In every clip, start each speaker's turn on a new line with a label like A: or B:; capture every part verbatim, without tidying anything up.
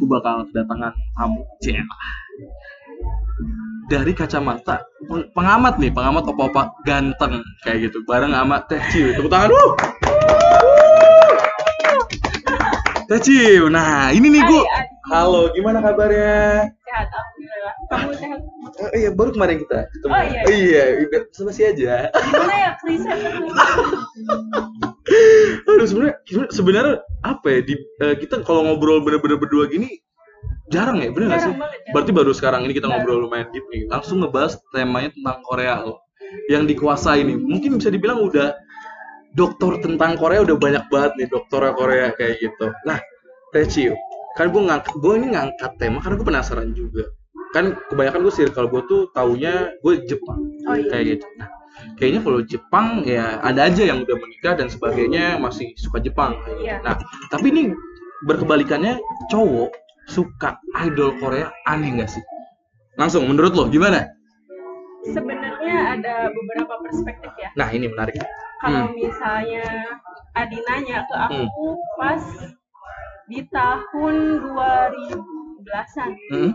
A: gue bakal kedatangan tamu Cel dari kacamata pengamat nih, pengamat opa-opa ganteng kayak gitu, bareng sama Teh Ciu. Tepuk tangan dulu. Teh Ciu. Nah, ini nih gue. Halo, gimana kabarnya?
B: Sehat, alhamdulillah. Kamu sehat?
A: Oh iya, baru kemarin kita ketemu.
B: Oh iya.
A: Iya, udah sama si aja.
B: Gimana ya riset?
A: Aduh, sebenarnya sebenarnya apa ya di uh, kita kalau ngobrol bener-bener berdua gini jarang ya, bener nggak sih?
B: Banget, ya.
A: Berarti baru sekarang ini kita ngobrol lumayan deep nih, langsung ngebahas temanya tentang Korea loh, yang dikuasai nih. Mungkin bisa dibilang udah dokter tentang Korea udah banyak banget nih, dokter Korea kayak gitu. Nah, Teh Ciu, kan gue ngangkat, gue ini ngangkat tema karena gue penasaran juga. Kan kebanyakan gue circle gue tuh taunya gue Jepang,
B: oh, iya.
A: kayak gitu. Nah, kayaknya kalau Jepang ya ada aja yang udah menikah dan sebagainya masih suka Jepang.
B: Iya.
A: Nah, tapi ini berkebalikannya, cowok suka idol Korea, aneh nggak sih? Langsung, menurut lo gimana?
B: Sebenarnya ada beberapa perspektif ya.
A: Nah, ini menarik.
B: Kalau
A: hmm.
B: misalnya Adi nanya ke aku
A: hmm.
B: pas di tahun dua ribu sepuluhan,
A: hmm.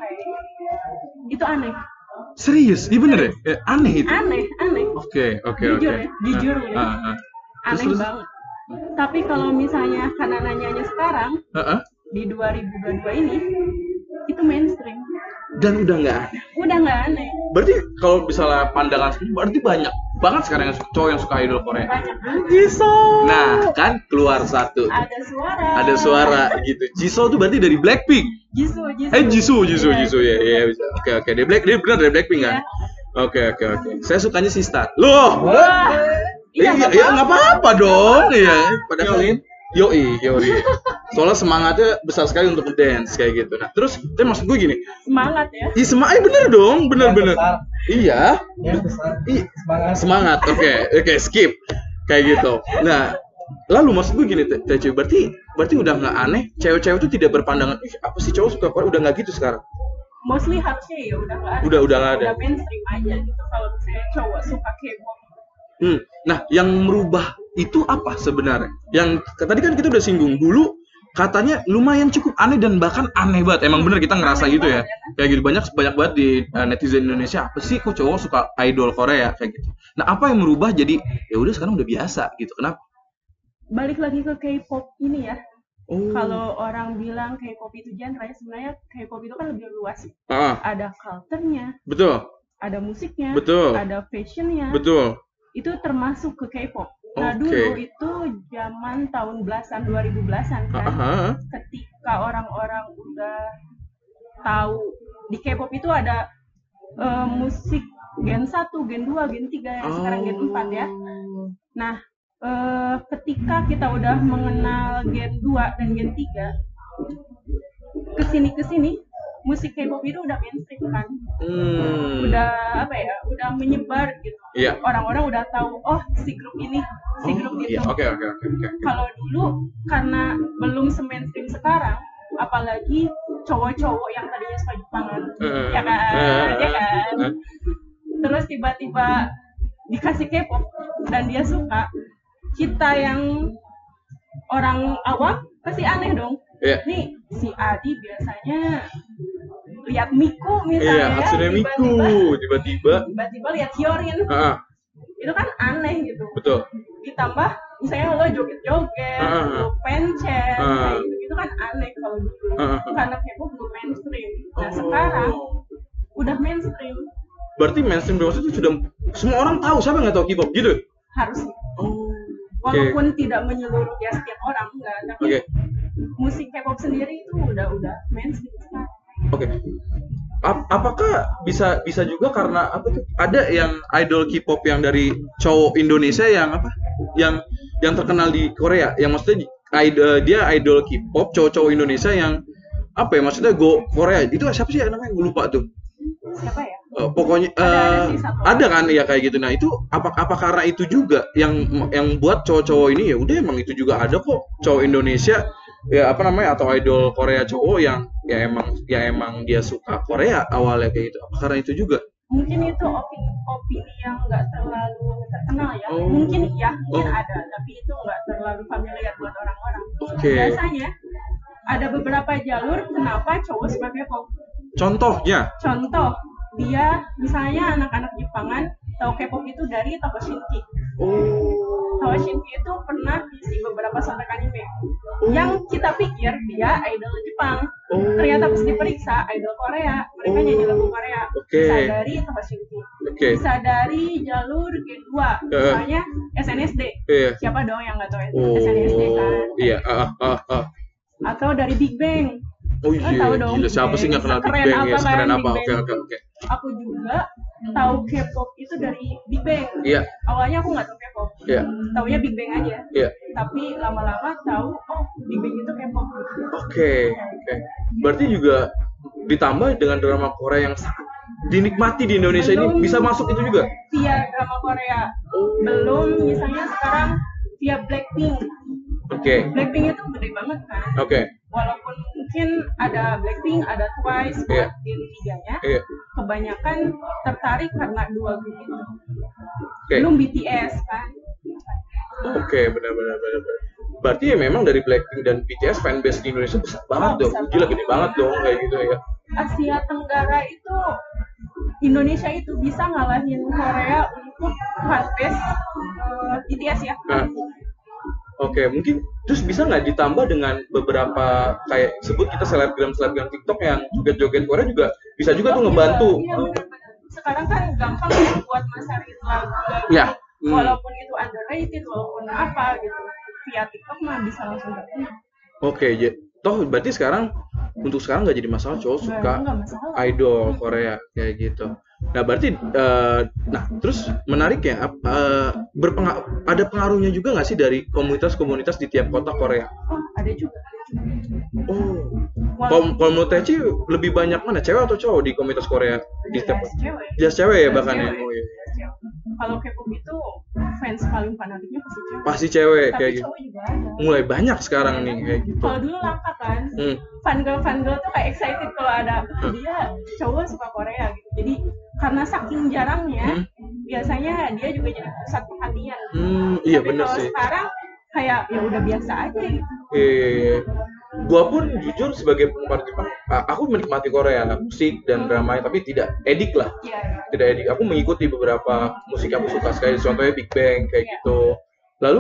B: itu aneh.
A: Serius? Iya bener ya? Eh, aneh itu?
B: Aneh, aneh.
A: Oke, oke, oke.
B: Jujur ya, jujur
A: uh,
B: ya.
A: Uh, uh.
B: Aneh terus, banget. Terus? Tapi kalau misalnya karena nanyanya sekarang,
A: uh, uh.
B: di dua ribu dua puluh dua ini, itu mainstream.
A: Dan udah nggak aneh?
B: Udah nggak aneh.
A: Berarti kalau misalnya pandangan sendiri, berarti banyak banget sekarang yang cowok yang suka idol Korea.
B: Banyak banget.
A: Jisoo. Nah, kan keluar satu.
B: Ada suara.
A: Ada suara gitu. Jisoo tuh berarti dari Blackpink.
B: Jisoo, Jisoo.
A: Eh Jisoo, Jisoo,
B: yeah.
A: Jisoo ya, ya bisa. Oke, oke. Dia Black, dia benar dari Blackpink kan?
B: Yeah.
A: Oke, oke, oke. Saya sukanya Sistar. Loh.
B: Wah.
A: Iya, iya, ya, nggak apa-apa dong. Iya, padahal yoi, yoi. Soalnya semangatnya besar sekali untuk dance kayak gitu. Nah, terus, tapi maksud gue gini.
B: Semangat ya?
A: Iya, semangat, bener dong, bener-bener. Iya.
C: Yang besar.
A: I,
C: semangat.
A: Semangat, oke, okay. oke, okay, skip. Kayak gitu. Nah, lalu maksud gue gini, Teh Ciu, berarti, berarti udah nggak aneh, cewek-cewek tuh tidak berpandangan, ih, apa sih cowok suka Korea, udah nggak gitu sekarang?
B: Mostly harusnya ya udah nggak ada.
A: Udah, udah nggak ada.
B: Udah mainstream aja gitu kalau misalnya cowok suka K-pop.
A: Hmm. Nah, yang merubah itu apa sebenarnya? Yang tadi kan kita udah singgung dulu, katanya lumayan cukup aneh dan bahkan aneh banget. Emang bener kita ngerasa aneh gitu ya. ya. Kayak gitu banyak banyak banget di uh, netizen Indonesia, apa sih kok cowok suka idol Korea kayak gitu. Nah, apa yang merubah jadi ya udah sekarang udah biasa gitu. Kenapa?
B: Balik lagi ke K-pop ini ya.
A: Oh.
B: Kalau orang bilang K-pop itu genre, sebenarnya K-pop itu kan lebih luas.
A: Uh-huh.
B: Ada culture-nya.
A: Betul.
B: Ada musiknya.
A: Betul.
B: Ada fashion-nya.
A: Betul.
B: Itu termasuk ke K-pop. Nah,
A: okay.
B: dulu itu zaman tahun belasan, dua ribu belasan kan.
A: Uh-huh.
B: Ketika orang-orang udah tahu di K-pop itu ada uh, musik gen satu, gen dua, gen tiga, yang oh. sekarang gen empat ya. Nah, uh, ketika kita udah mengenal gen dua dan gen tiga, kesini-kesini musik K-pop itu udah mainstream kan.
A: Hmm.
B: Udah apa ya? Udah menyebar gitu.
A: Yeah.
B: Orang-orang udah tahu, oh si grup ini, si grup
A: oh,
B: itu.
A: Iya, oke oke oke oke.
B: Kalau dulu karena belum se-mainstream sekarang, apalagi cowok-cowok yang tadinya suka Jepangan, uh, ya kan, uh, ya kan. Uh, Terus tiba-tiba dikasih K-pop dan dia suka, kita yang orang awam pasti aneh dong.
A: Yeah.
B: Nih si Adi biasanya lihat Miku misalnya,
A: iya, maksudnya Miku, tiba-tiba
B: tiba-tiba lihat Hyorin,
A: uh-huh.
B: itu kan aneh gitu.
A: Betul.
B: Ditambah misalnya lo joget-joget, uh-huh. lo pencet, uh-huh. kayak gitu, itu kan aneh kalau dulu, uh-huh. karena K-pop belum mainstream. Nah oh. sekarang udah mainstream.
A: Berarti mainstream maksudnya sudah semua orang tahu, siapa nggak tahu K-pop gitu?
B: Harusnya.
A: Oh.
B: Walaupun
A: okay.
B: tidak menyeluruh ya setiap orang, enggak, tapi
A: okay.
B: musik K-pop sendiri itu udah udah mainstream sekarang.
A: Oke. Okay. Ap- apakah bisa bisa juga karena apa tuh? Ada yang idol K-pop yang dari cowok Indonesia yang apa? Yang yang terkenal di Korea, yang maksudnya idol, dia idol K-pop cowok-cowok Indonesia yang apa ya? Maksudnya go Korea. Itu siapa sih namanya? Gue lupa tuh.
B: Siapa ya?
A: Uh, pokoknya
B: ada,
A: uh,
B: ada,
A: ada kan ya kayak gitu. Nah, itu apa apa karena itu juga yang yang buat cowok-cowok ini ya udah emang itu juga ada kok cowok Indonesia ya apa namanya atau idol Korea cowok yang ya emang ya emang dia suka Korea awalnya kayak gitu. Apa karena itu juga?
B: Mungkin itu opini-opini yang nggak terlalu terkenal ya.
A: Oh.
B: Mungkin ya, mungkin
A: oh.
B: ada, tapi itu nggak terlalu familiar buat orang-orang.
A: Okay.
B: Biasanya ada beberapa jalur kenapa cowok suka K-pop.
A: Contohnya?
B: Contoh, dia misalnya anak-anak Jepangan tahu K-pop itu dari Toko Shinki.
A: Oh.
B: Toko Shinki itu pernah isi beberapa soundtrack anime. Oh. Yang kita pikir dia idol Jepang. Oh. Ternyata pas diperiksa idol Korea. Mereka oh. nyanyi lagu Korea.
A: Okay.
B: Bisa dari Toko Shinki.
A: Okay.
B: Bisa dari jalur G dua. Uh. Misalnya S N S D.
A: Yeah.
B: Siapa dong yang nggak tahu
A: oh.
B: S N S D kan?
A: Iya. Yeah. Uh, uh, uh.
B: Atau dari Big Bang.
A: Oh iya, tahu dong, gila, siapa sih nggak kenal Big Bang ya? Keren apa? Oke oke oke.
B: Aku juga tahu K-pop itu dari Big Bang.
A: Iya.
B: Awalnya aku nggak tahu K-pop.
A: Iya.
B: Taunya Big Bang aja.
A: Iya.
B: Tapi lama-lama tahu, oh Big Bang itu K-pop.
A: Oke okay. oke. Okay. Berarti juga ditambah dengan drama Korea yang sangat dinikmati di Indonesia belum, ini bisa masuk itu juga?
B: Via drama Korea. Oh. Belum, misalnya sekarang via Blackpink.
A: Oke. Okay.
B: Blackpink itu gede banget kan.
A: Oke. Okay.
B: Walaupun mungkin ada Blackpink, ada Twice,
A: yeah.
B: di tiganya,
A: yeah.
B: kebanyakan tertarik karena dua grup itu.
A: Okay.
B: Belum B T S kan.
A: Oke, okay, benar-benar benar. Berarti ya memang dari Blackpink dan B T S fanbase di Indonesia besar banget oh, dong. Gila gede banget dong kayak gitu ya.
B: Asia Tenggara itu Indonesia itu bisa ngalahin Korea untuk fanbase uh, B T S ya.
A: Nah. Oke, okay, mungkin terus bisa nggak ditambah dengan beberapa kayak sebut kita selebgram selebgram TikTok yang joget-joget Korea juga bisa juga tuh ngebantu.
B: Iya, sekarang kan gampang ya buat masarin lagu.
A: Iya.
B: Hmm. Walaupun itu underrated, walaupun apa gitu, via TikTok mah bisa langsung terkenal.
A: Oke, okay, toh berarti sekarang untuk sekarang nggak jadi masalah cowok suka idol Korea kayak gitu. Nah berarti, uh, nah terus menarik ya, uh, berpengaruh, ada pengaruhnya juga nggak sih dari komunitas-komunitas di tiap kota Korea?
B: Oh ada juga.
A: Oh, kalau kalau menurut Teci lebih banyak mana, cewek atau cowok di komunitas Korea di tiap kota? Jelas cewek ya bahkan ya. Oh, iya.
B: Kalau K-pop itu fans paling fanatiknya pasti cewek.
A: Pasti cewek
B: tapi
A: kayak gitu.
B: Juga ada.
A: Mulai banyak sekarang nih kayak gitu.
B: Kalau dulu langka kan, hmm. fan girl fan girl tuh kayak excited kalau ada hmm. dia cowok suka Korea gitu. Jadi karena saking jarangnya, hmm. biasanya dia juga jadi pusat perhatian.
A: Hmm, iya
B: tapi
A: benar sih.
B: Sekarang kayak ya udah biasa aja gitu.
A: Eh, gua pun jujur sebagai penggemar Jepang, aku menikmati Korea, musik dan drama, tapi tidak edik lah.
B: Yeah.
A: Tidak edik. Aku mengikuti beberapa musik yang aku suka sekali, contohnya Big Bang kayak yeah. gitu. Lalu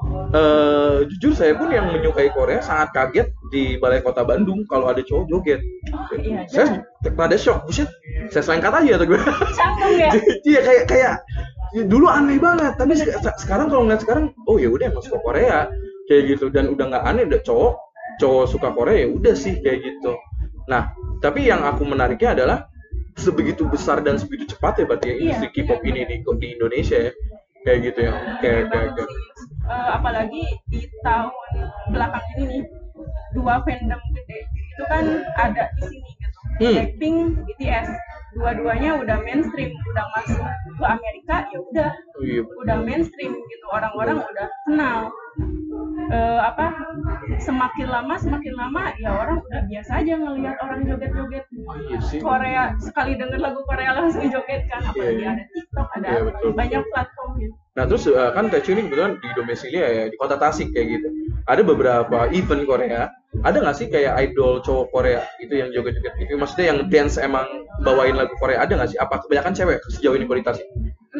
A: uh, jujur saya pun yang menyukai Korea sangat kaget di Balai Kota Bandung kalau ada cowok joget.
B: Oh, iya,
A: saya rada shock, buset. Saya selengkat aja atau gue.
B: Canggung ya.
A: Iya kayak kayak dulu aneh banget, tapi se- sekarang kalau ngeliat sekarang, oh ya udah emang suka Korea kayak gitu, dan udah nggak aneh, udah cowok cowok suka Korea ya udah sih kayak gitu. Nah tapi yang aku menariknya adalah sebegitu besar dan sebegitu cepat ya berarti ya industri iya, K-pop iya, ini di, di Indonesia ya kayak gitu ya. Oke oke oke.
B: Apalagi di tahun belakang ini nih dua fandom gede itu kan ada di sini gitu. Hmm. Blackpink, B T S, dua-duanya udah mainstream, udah masuk ke Amerika ya udah,
A: oh, iya.
B: udah mainstream gitu, orang-orang udah kenal. Uh, apa semakin lama semakin lama ya orang udah biasa aja ngelihat orang joget-joget
A: oh, iya sih.
B: Korea, sekali denger lagu Korea langsung joget kan, apalagi yeah. ada TikTok, ada
A: yeah, betul,
B: banyak
A: betul.
B: platformnya.
A: Nah terus uh, kan Tecu ini kebetulan di domisili ya di kota Tasik kayak gitu. Ada beberapa event Korea, ada nggak sih kayak idol cowok Korea itu yang joget-joget itu? Maksudnya yang dance emang bawain lagu Korea, ada nggak sih? Apa kebanyakan cewek sejauh ini di Tasik?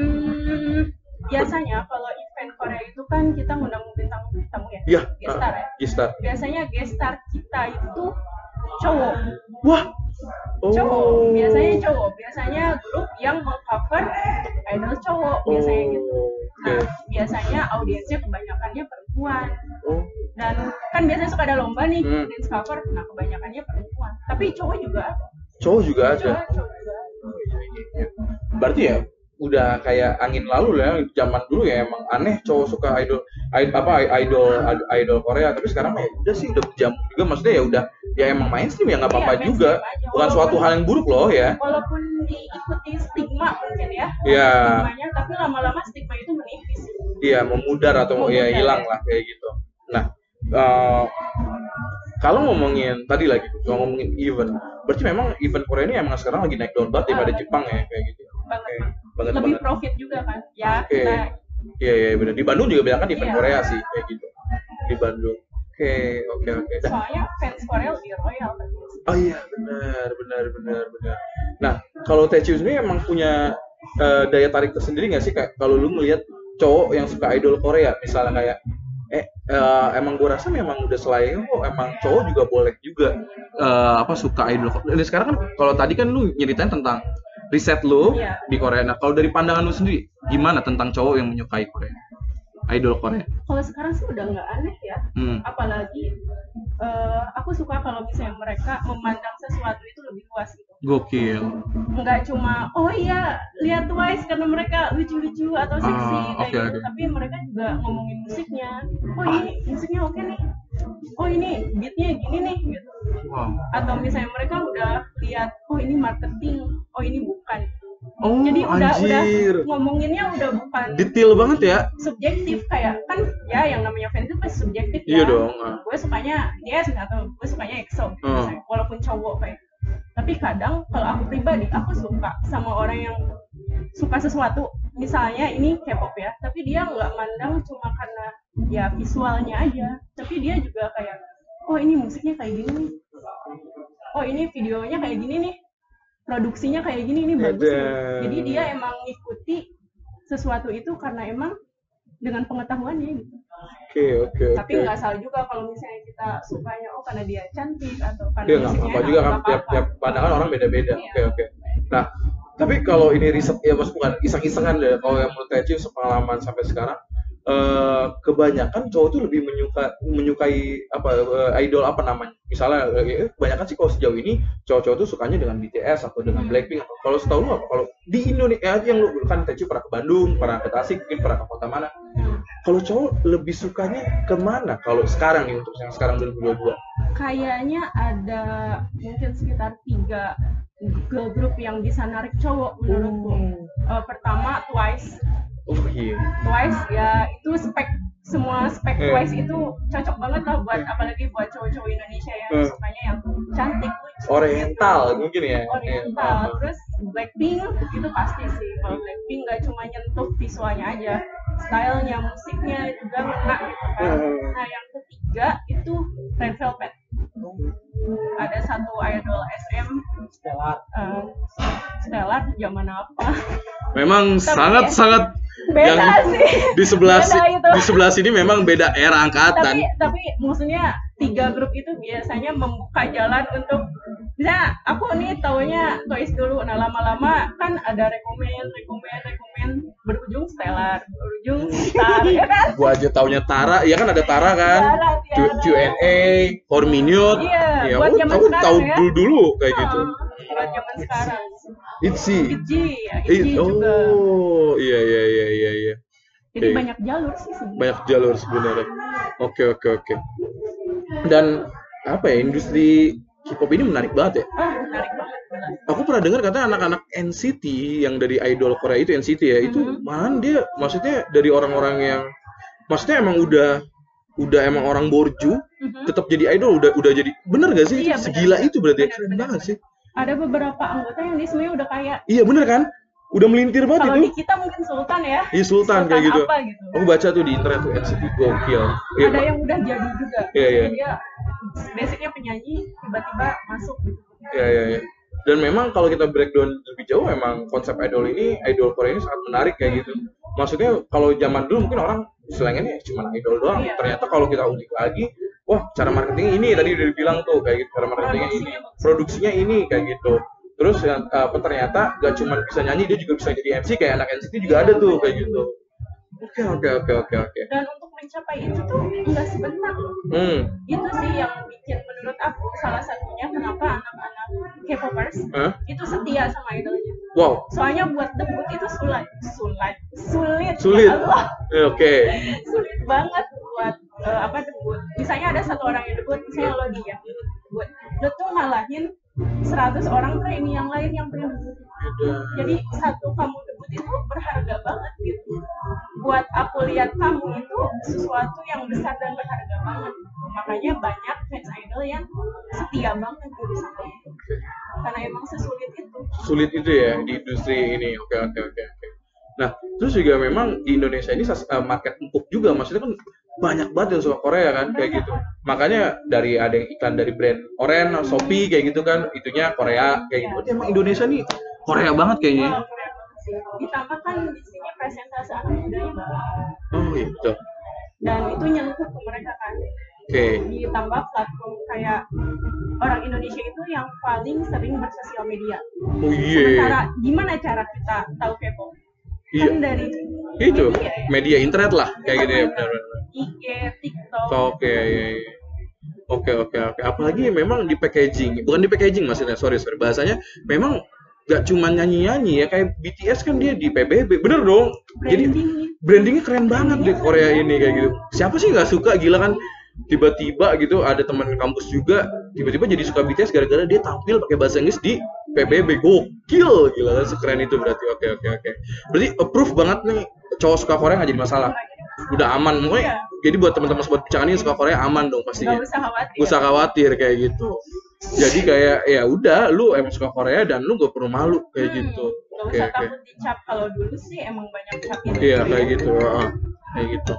B: Hmm, biasanya kalau event Korea itu kan kita ngundang bintang tamu ya,
A: yeah,
B: gestar
A: uh,
B: ya.
A: Gestar.
B: Biasanya gestar kita itu cowok.
A: Wah. Oh.
B: Cowok, biasanya cowok, biasanya grup yang mengcover idol cowok biasanya
A: oh.
B: gitu. Nah, biasanya audiensnya kebanyakannya perempuan.
A: Oh.
B: Dan kan biasanya suka ada lomba nih, hmm. dance cover, nah kebanyakannya perempuan. Tapi cowok juga ada.
A: Cowok juga ada.
B: Cowok, cowok juga ada.
A: Berarti ya udah kayak angin lalu lah, zaman dulu ya emang aneh cowok suka idol, idol apa idol idol Korea, tapi sekarang ya udah sih udah berjamu juga, maksudnya ya udah ya emang mainstream ya nggak apa-apa iya, juga, aja. Bukan walaupun, suatu hal yang buruk loh ya.
B: Walaupun diikuti stigma mungkin ya,
A: yeah.
B: stigmanya, tapi lama-lama stigma itu menipis.
A: Iya, memudar atau memudar, ya hilang lah kayak gitu. Nah, uh, kalau ngomongin tadi lagi, kalau ngomongin event, berarti memang event Korea ini emang sekarang lagi naik daun banget daripada Jepang ya kayak gitu.
B: Banget,
A: okay.
B: banget, lebih banget. Profit juga kan ya.
A: Okay. Kita... Iya iya benar. Di Bandung juga banyak kan event yeah. Korea sih kayak gitu di Bandung. Oke, oke, oke. Nah,
B: Soalnya fans Korea lebih royal kan.
A: oh iya, benar, benar, benar, benar. Nah, kalau Taechu sendiri emang punya eh, daya tarik tersendiri nggak sih, kayak kalau lu ngelihat cowok yang suka idol Korea, misalnya kayak eh eh, emang gue rasa memang udah selain kok emang cowok juga boleh juga eh, apa suka idol Korea. Dan sekarang kan kalau tadi kan lu nyeritain tentang riset lu
B: Iya.
A: di Korea. Nah, kalau dari pandangan lu sendiri gimana tentang cowok yang menyukai Korea? Idol Korea.
B: Kalau sekarang sih udah nggak aneh ya.
A: Hmm.
B: Apalagi uh, aku suka kalau misalnya mereka memandang sesuatu itu lebih luas gitu.
A: Gokil.
B: Nggak cuma oh iya lihat Twice karena mereka lucu-lucu atau seksi
A: Ah,
B: kayak
A: okay,
B: gitu,
A: okay.
B: tapi mereka juga ngomongin musiknya. Oh ini musiknya oke nih. Oh ini beatnya gini nih gitu.
A: Wow.
B: Atau misalnya mereka udah lihat oh ini marketing, oh ini bukan.
A: Oh,
B: jadi udah
A: anjir.
B: udah ngomonginnya udah bukan
A: detail banget ya,
B: subjektif, kayak kan ya yang namanya fans itu pasti subjektif
A: iya
B: ya.
A: dong.
B: Gue sukanya dia atau gue sukanya EXO misalnya, walaupun cowok kayak. Tapi kadang kalau aku pribadi aku suka sama orang yang suka sesuatu, misalnya ini K-pop ya, tapi dia nggak mandang cuma karena ya visualnya aja, tapi dia juga kayak oh ini musiknya kayak gini nih, oh ini videonya kayak gini nih, produksinya kayak gini, ini bagus nih. Jadi dia emang ngikuti sesuatu itu karena emang dengan pengetahuannya gitu.
A: Oke, oke, oke.
B: Tapi nggak salah juga kalau misalnya kita sukanya oh karena dia cantik atau karena
A: Iya, nggak
B: musiknya
A: apa
B: enak,
A: juga kan,
B: nggak
A: tiap,
B: apa-apa.
A: tiap pandangan orang beda-beda.
B: Iya.
A: Oke, oke. Nah, tapi kalau ini riset ya mas bukan iseng-isengan deh. Kalau yang menurut Taechu sepengalaman sampai sekarang, eh, kebanyakan cowok tuh lebih menyuka menyukai apa eh, idol apa namanya? Misalnya, eh, kebanyakan sih kalau sejauh ini cowok-cowok tuh sukanya dengan B T S atau dengan
B: Hmm.
A: Blackpink. Atau, kalau setahu lu apa? Kalau di Indonesia aja yang lu kan Taechu pernah ke Bandung, pernah ke Tasik, mungkin pernah ke kota mana?
B: Hmm.
A: Kalau cowok lebih sukanya kemana? Kalau sekarang nih untuk yang sekarang dua ribu dua puluh dua?
B: Kayaknya ada mungkin sekitar tiga girl group yang bisa narik cowok menurutku. Uh, pertama Twice.
A: Oh iya.
B: Twice ya itu spek semua spek
A: Eh.
B: Twice itu cocok banget lah buat apalagi buat cowok-cowok Indonesia yang
A: Eh.
B: sukanya yang cantik, lucu,
A: Oriental mungkin ya.
B: Oriental.
A: Iya.
B: Terus Blackpink itu pasti sih. Kalau Blackpink nggak cuma nyentuh visualnya aja, stylenya, musiknya juga ngena gitu kan. Nah yang ketiga itu Red Velvet. Ada satu idol S M
C: Stellar.
B: uh, Stellar zaman apa?
A: Memang
B: Tapi-
A: sangat-sangat
B: Beda
A: yang
B: sih.
A: di sebelah si-
B: Beda itu.
A: di sebelah sini memang beda era angkatan.
B: tapi tapi maksudnya tiga grup itu biasanya membuka jalan untuk misalnya aku nih taunya Twice dulu, nah lama-lama kan ada rekomen rekomen rekomen berujung Stellar, berujung Star ya kan.
A: Gua aja taunya Tara, ya kan ada Tara kan,
B: Tiara, Tiara.
A: Q and A, Four Minute.
B: Iya,
A: ya,
B: buat
A: oh,
B: zaman
A: tahu
B: sekarang
A: tahu
B: ya.
A: dulu dulu kayak
B: Oh,
A: gitu.
B: buat zaman sekarang
A: Itzy.
B: Itzy ya,
A: Eh,
B: Itzy juga,
A: oh, iya iya iya iya iya.
B: jadi
A: oke.
B: banyak jalur sih sebenarnya.
A: Banyak jalur sebenarnya. Oke oke oke. Dan apa ya, industri K-pop ini menarik banget ya.
B: Ah, menarik banget benar.
A: Aku pernah dengar katanya anak-anak N C T yang dari idol Korea itu N C T ya, itu
B: Mhm.
A: malahan dia maksudnya dari orang-orang yang maksudnya emang udah udah emang orang borju
B: Mhm.
A: tetap jadi idol, udah udah jadi bener gak sih?
B: Iya, bener,
A: Segila
B: bener.
A: itu berarti ya?
B: Bener,
A: Keren
B: bener,
A: banget
B: bener.
A: sih.
B: Ada beberapa anggota yang dia sebenarnya udah kayak
A: Iya bener kan? Udah melintir banget
B: kalau
A: itu.
B: di kita mungkin Sultan ya.
A: Iya Sultan, kayak gitu.
B: apa gitu.
A: Aku baca tuh di internet tuh N C T gokil. Iya,
B: Ada yang udah jadi juga.
A: Iya, iya.
B: Dia basicnya penyanyi, tiba-tiba masuk gitu.
A: Iya iya iya. Dan memang kalau kita breakdown lebih jauh, memang konsep idol ini, idol Korea ini sangat menarik kayak gitu. Maksudnya kalau zaman dulu mungkin orang istilahnya nih cuma idol doang.
B: Iya.
A: Ternyata kalau kita ulik lagi, wah cara marketingnya ini tadi udah dibilang tuh kayak gitu, cara marketingnya ini, produksinya ini kayak gitu. Terus yang apa ternyata gak cuma bisa nyanyi, dia juga bisa jadi M C kayak anak N C T juga ada tuh kayak gitu. Oke oke oke oke oke.
B: Dan untuk mencapai itu tuh nggak sebentar loh.
A: Hmm.
B: Itu sih yang bikin menurut aku salah satunya kenapa anak-anak K-popers
A: Hah?
B: itu setia sama idolnya.
A: Wow.
B: Soalnya buat debut itu sulit, sulit, sulit.
A: Sulit.
B: Ya Allah.
A: Eh, Oke.
B: Sulit banget buat eh, apa debut. Misalnya ada satu orang yang debut, misalnya lo dia debut, lo tuh ngalahin seratus orang trainee yang lain yang belum debut. Jadi satu kamu debut itu berharga banget gitu. Buat aku lihat kamu itu sesuatu yang besar dan berharga banget. Makanya banyak fans idol yang setia banget gitu sama itu. Karena emang sesulit itu.
A: Sulit itu ya di industri ini. Oke oke oke oke. Nah, terus juga memang di Indonesia ini sas- eh, market empuk juga. Maksudnya kan banyak banget yang suka Korea kan kayak gitu. Makanya dari ada iklan dari brand Oren, Shopee kayak gitu kan, itunya Korea kayak gitu. Berarti emang Indonesia nih Korea banget kayaknya.
B: Wah, Korea banget sih. Ditambah kan di sini presentasi anak mudanya banget.
A: Oh gitu.
B: Dan itu nyentuh ke mereka kan.
A: Oke. Okay.
B: Ditambah platform kayak orang Indonesia itu yang paling sering bersosial media.
A: Oh iya.
B: Sementara gimana cara kita tahu K-pop?
A: Iya.
B: Kan dari
A: itu
B: media, ya?
A: media internet lah kayak gitu ya, benar-benar.
B: I G, TikTok.
A: Oke, iya, iya. Oke, oke, oke. Apalagi memang di packaging, bukan di packaging maksudnya, sorry, sorry. Bahasanya memang gak cuma nyanyi-nyanyi ya, kayak B T S kan dia di P B B, bener dong. Jadi brandingnya keren banget di Korea ini kayak gitu. Siapa sih nggak suka, gila kan? Tiba-tiba gitu ada teman kampus juga tiba-tiba jadi suka B T S gara-gara dia tampil pakai bahasa Inggris di P B B. Gokil, gila kan, sekeren itu berarti. Oke, oke, oke. Berarti approve banget nih, cowok suka Korea nggak jadi masalah. Udah aman, mungkin. Jadi buat teman-teman sobat bincang ini suka Korea aman dong pastinya.
B: Gak usah khawatir.
A: Gak usah khawatir kayak gitu. Jadi kayak ya udah, lu emang suka Korea dan lu gak perlu malu kayak
B: hmm,
A: gitu.
B: Gak usah okay, takut okay. dicap. Kalau dulu sih emang banyak capin.
A: Iya kayak gitu, uh, kayak gitu.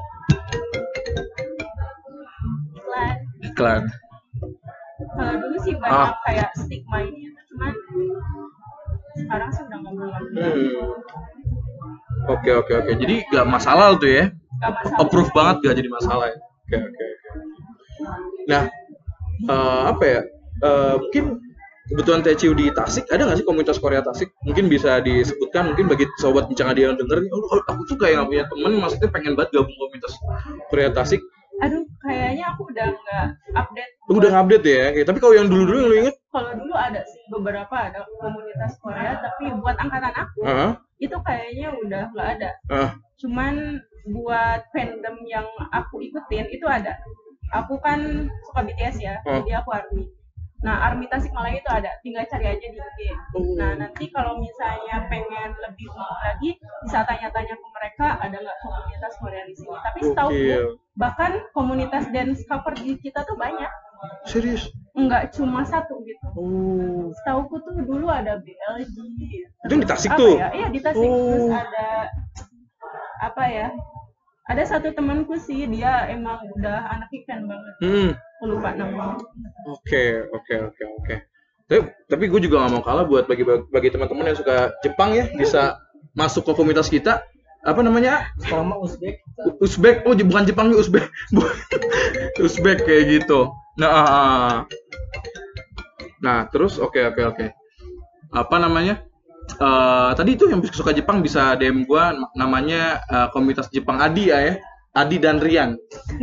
B: Iklan.
A: Iklan.
B: Kalau dulu sih banyak ah. kayak stigma ini, cuman sekarang sih udah nggak boleh.
A: Hmm. Oke oke oke. Jadi gak masalah tuh ya. Approve banget gak jadi masalah ya. Oke oke oke. Nah, uh, apa ya? Uh, mungkin kebetulan T C U di Tasik, ada nggak sih komunitas Korea Tasik? Mungkin bisa disebutkan, mungkin bagi sobat bincang dia yang denger nih, oh, aku tuh kayak nggak punya temen, maksudnya pengen banget gabung komunitas Korea Tasik.
B: Aduh, kayaknya aku udah nggak update.
A: Lu udah nge-update ya? Oke. Tapi kalau yang dulu-dulu yang lu inget?
B: Kalau dulu ada sih beberapa, ada komunitas Korea, tapi buat angkatan aku, uh-huh. itu kayaknya udah nggak ada. Uh. Cuman buat fandom yang aku ikutin itu ada. Aku kan suka B T S ya, uh. jadi aku ARMY. Nah, ARMY Tasikmalaya itu ada, tinggal cari aja di I G. Uh. Nah, nanti kalau misalnya pengen lebih umum lagi, bisa tanya-tanya ke mereka, ada nggak komunitas Korea di sini. Tapi setahu okay. bahkan komunitas dance cover di kita tuh banyak.
A: Serius?
B: Enggak cuma satu gitu.
A: Oh.
B: Setauku tuh dulu ada B L G.
A: Itu di Tasik tuh?
B: Ya? Iya di Tasik. Oh. Terus ada apa ya? Ada satu temanku sih, dia emang udah anak ikan banget. Hmm. Aku lupa namanya.
A: Oke, oke, oke, oke. Tapi, tapi gue juga gak mau kalah buat bagi bagi teman-teman yang suka Jepang ya, bisa masuk ke komunitas kita. Apa namanya?
C: Sama Uzbek.
A: Uzbek, oh bukan Jepang, Uzbek. Uzbek kayak gitu. Nah, nah terus oke, oke, oke. Apa namanya? Uh, tadi itu yang suka Jepang bisa D M gue, namanya uh, komunitas Jepang Adi ya, ya. Adi dan Rian.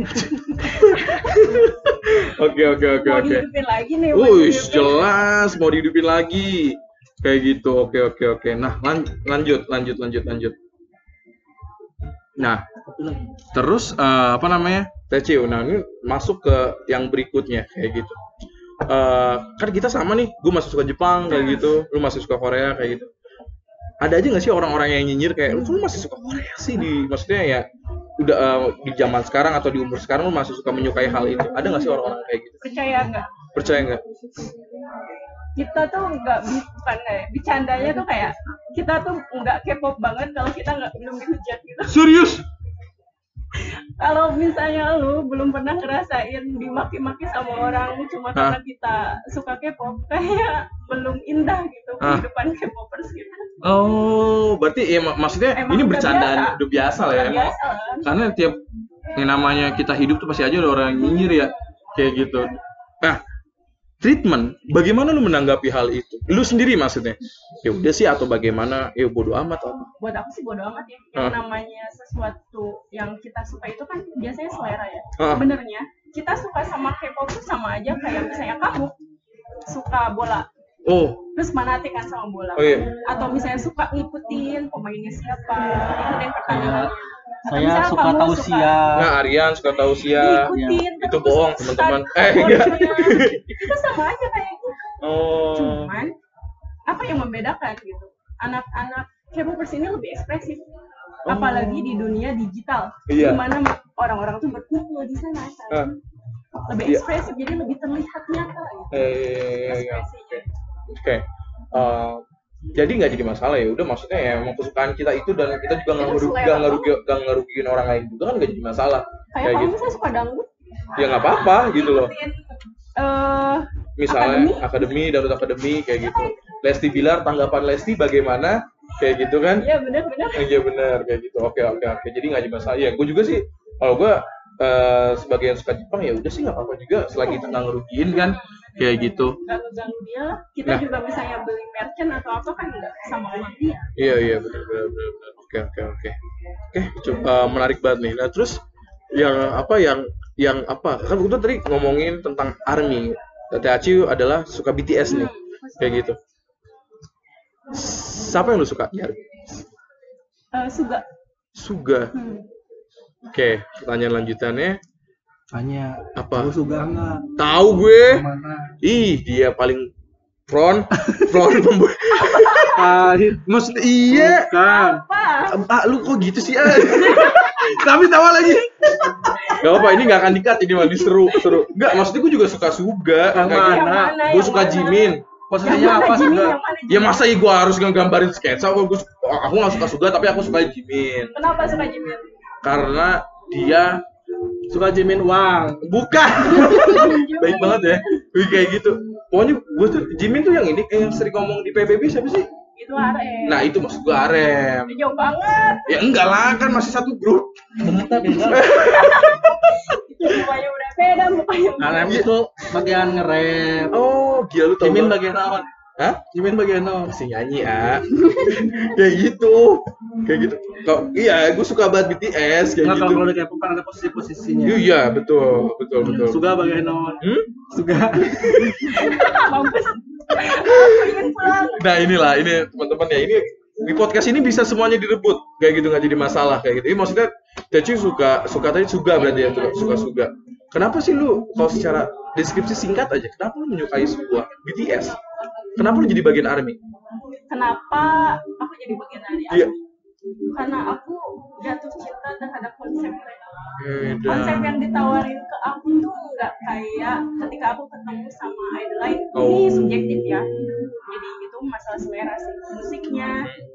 A: Oke oke oke oke.
B: Mau dihidupin lagi nih.
A: Wih jelas mau dihidupin lagi kayak gitu. Oke oke oke. Nah lan- lanjut lanjut lanjut lanjut. Nah terus uh, apa namanya T C U. Nah ini masuk ke yang berikutnya kayak gitu. Uh, kan kita sama nih, gue masih suka Jepang kayak gitu, lu masih suka Korea kayak gitu. Ada aja nggak sih orang-orang yang nyinyir kayak lu masih suka Korea sih, di maksudnya ya udah uh, di zaman sekarang atau di umur sekarang lu masih suka menyukai hal itu? Ada nggak sih orang-orang kayak gitu?
B: Percaya nggak?
A: Percaya nggak?
B: Kita tuh nggak bukan kayak bercandanya tuh kayak kita tuh nggak K-pop banget kalau kita nggak belum dihujat gitu.
A: Serius?
B: Kalau misalnya lu belum pernah ngerasain dimaki-maki sama orang cuma karena kita suka K-pop, kayak belum indah gitu kehidupan K-popers kita.
A: Oh, berarti ya mak- maksudnya emang ini bercandaan udah biasa lah ya. Emang,
B: biasa, kan?
A: Karena tiap yang namanya kita hidup tuh pasti aja ada orang yang nyinyir ya, kayak gitu. Nah, treatment, bagaimana lu menanggapi hal itu? Lu sendiri maksudnya? Ya udah sih atau bagaimana? Ya bodo amat apa?
B: Buat aku sih bodo amat ya. Yang uh. namanya sesuatu yang kita suka itu kan biasanya selera ya. Uh. Sebenarnya kita suka sama K-pop itu sama aja kayak misalnya kamu suka bola.
A: Oh.
B: Terus fanatik kan sama bola.
A: Oh, iya.
B: Atau misalnya suka ngikutin pemainnya siapa, ngikutin pertandingannya.
C: Saya suka tausia.
A: Nah, Aryan suka tausia.
B: Ikutin.
A: Ya. Itu bohong, teman-teman. Eh,
B: enggak. Itu sama aja kayak gitu.
A: Oh.
B: Cuman apa yang membedakan gitu? Anak-anak K-popers ini lebih ekspresif. Oh. Apalagi di dunia digital.
A: Iya.
B: Di mana orang-orang tuh berkumpul di sana kan. Uh. Lebih ekspresif, iya. Jadi lebih terlihat nyata gitu.
A: Eh, Ekspresinya. Oke. Okay. Uh, jadi nggak jadi masalah ya, udah maksudnya ya emang kesukaan kita itu dan kita juga nggak ngerugi, nggak ngerugi, nggak ngerugiin orang lain juga kan nggak jadi masalah.
B: kayak kalau
A: gitu.
B: misalnya suka dangdut
A: Ya nggak apa-apa gitu loh.
B: ikutin eh
A: Misalnya
B: akademi.
A: akademi, dangdut akademi kayak gitu. Lesti Bilar, tanggapan Lesti bagaimana? Kayak gitu kan?
B: Iya benar-benar.
A: Iya benar kayak gitu. Oke oke oke. Jadi nggak cuma saya. Gue juga sih. Kalau gue uh, sebagai yang suka Jepang ya udah sih nggak apa-apa juga selagi kita ngerugiin kan. Kayak gitu.
B: Gak ngeganggu dia lah. Kita
A: Nah.
B: juga misalnya beli merchant atau apa kan nggak sama uang dia.
A: Iya iya benar benar benar. benar. Oke oke oke. Oke coba uh, menarik banget nih. Nah terus yang apa yang yang apa? Kan gue tadi ngomongin tentang ARMY. Tete Aci adalah suka B T S nih. Kayak gitu. Siapa yang lu suka? Ya.
B: Uh, Suga.
A: Suga.
B: Hmm.
A: Oke, pertanyaan lanjutannya
C: Tanya,
A: apa?
C: lu suka nggak?
A: Tahu gue.
C: Mana?
A: Ih, dia paling front, front pembuat.
C: Ah,
A: Maksudnya iya.
C: Bukan.
B: Apa?
A: Ah, lu kok gitu sih? Ah. Tapi tawa lagi. Gak apa, ini gak akan di-cut ini mah seru, seru. Enggak, maksudnya gue juga suka Suga.
C: Yang
A: Kayak gitu.
C: mana?
A: Gue suka Jimin.
C: Posisinya apa
B: Jimin,
C: suka?
B: yang mana
A: Ya
B: Jimin?
A: masa ya gue harus ngegambarin sketsa? Gue, gue aku gak suka Suga, tapi aku suka Jimin.
B: Kenapa suka Jimin?
A: Karena dia
C: Suka Jimin Wang.
A: bukan. Baik banget ya. Wih, kayak gitu. Pokoknya gue tuh Jimin tuh yang ini eh, yang sering ngomong di P B B siapa sih?
B: Itu Arem.
A: Nah itu maksud gue Arem.
B: Jauh banget.
A: Ya enggak lah kan masih satu grup.
C: Bentar beda.
B: Itu mukanya udah beda, mukanya udah
C: Arem itu bagian nge-rap.
A: Oh gila lu tau
C: Jimin
A: banget.
C: bagian apa?
A: Hah?
C: Jimin bagian apa?
A: Masih nyanyi ya. Kayak gitu. Kayak gitu. Kok iya gue suka banget B T S kayak
C: Nggak, kalau
A: gitu.
C: kalau di K-pop kan ada posisi-posisinya.
A: Iya betul betul betul.
C: Suga bagian apa?
A: Hmm?
C: Suga.
B: mampus. Aku ingin pulang.
A: Nah inilah ini teman-teman ya ini di podcast ini bisa semuanya direbut kayak gitu nggak jadi masalah kayak gitu. Ini maksudnya Teci suka suka tadi suka berarti ya suka, suka suka. Kenapa sih lu kalau secara deskripsi singkat aja kenapa lu menyukai sebuah B T S? Kenapa lu jadi bagian ARMY?
B: Kenapa aku jadi bagian dari
A: Iya.
B: Arem? Karena aku jatuh cinta terhadap konsep mereka.
A: Beda.
B: Konsep yang ditawarin ke aku tuh nggak kayak ketika aku ketemu sama idol lain.
A: Oh.
B: Ini subjektif ya. Jadi itu masalah selera sih. Musiknya,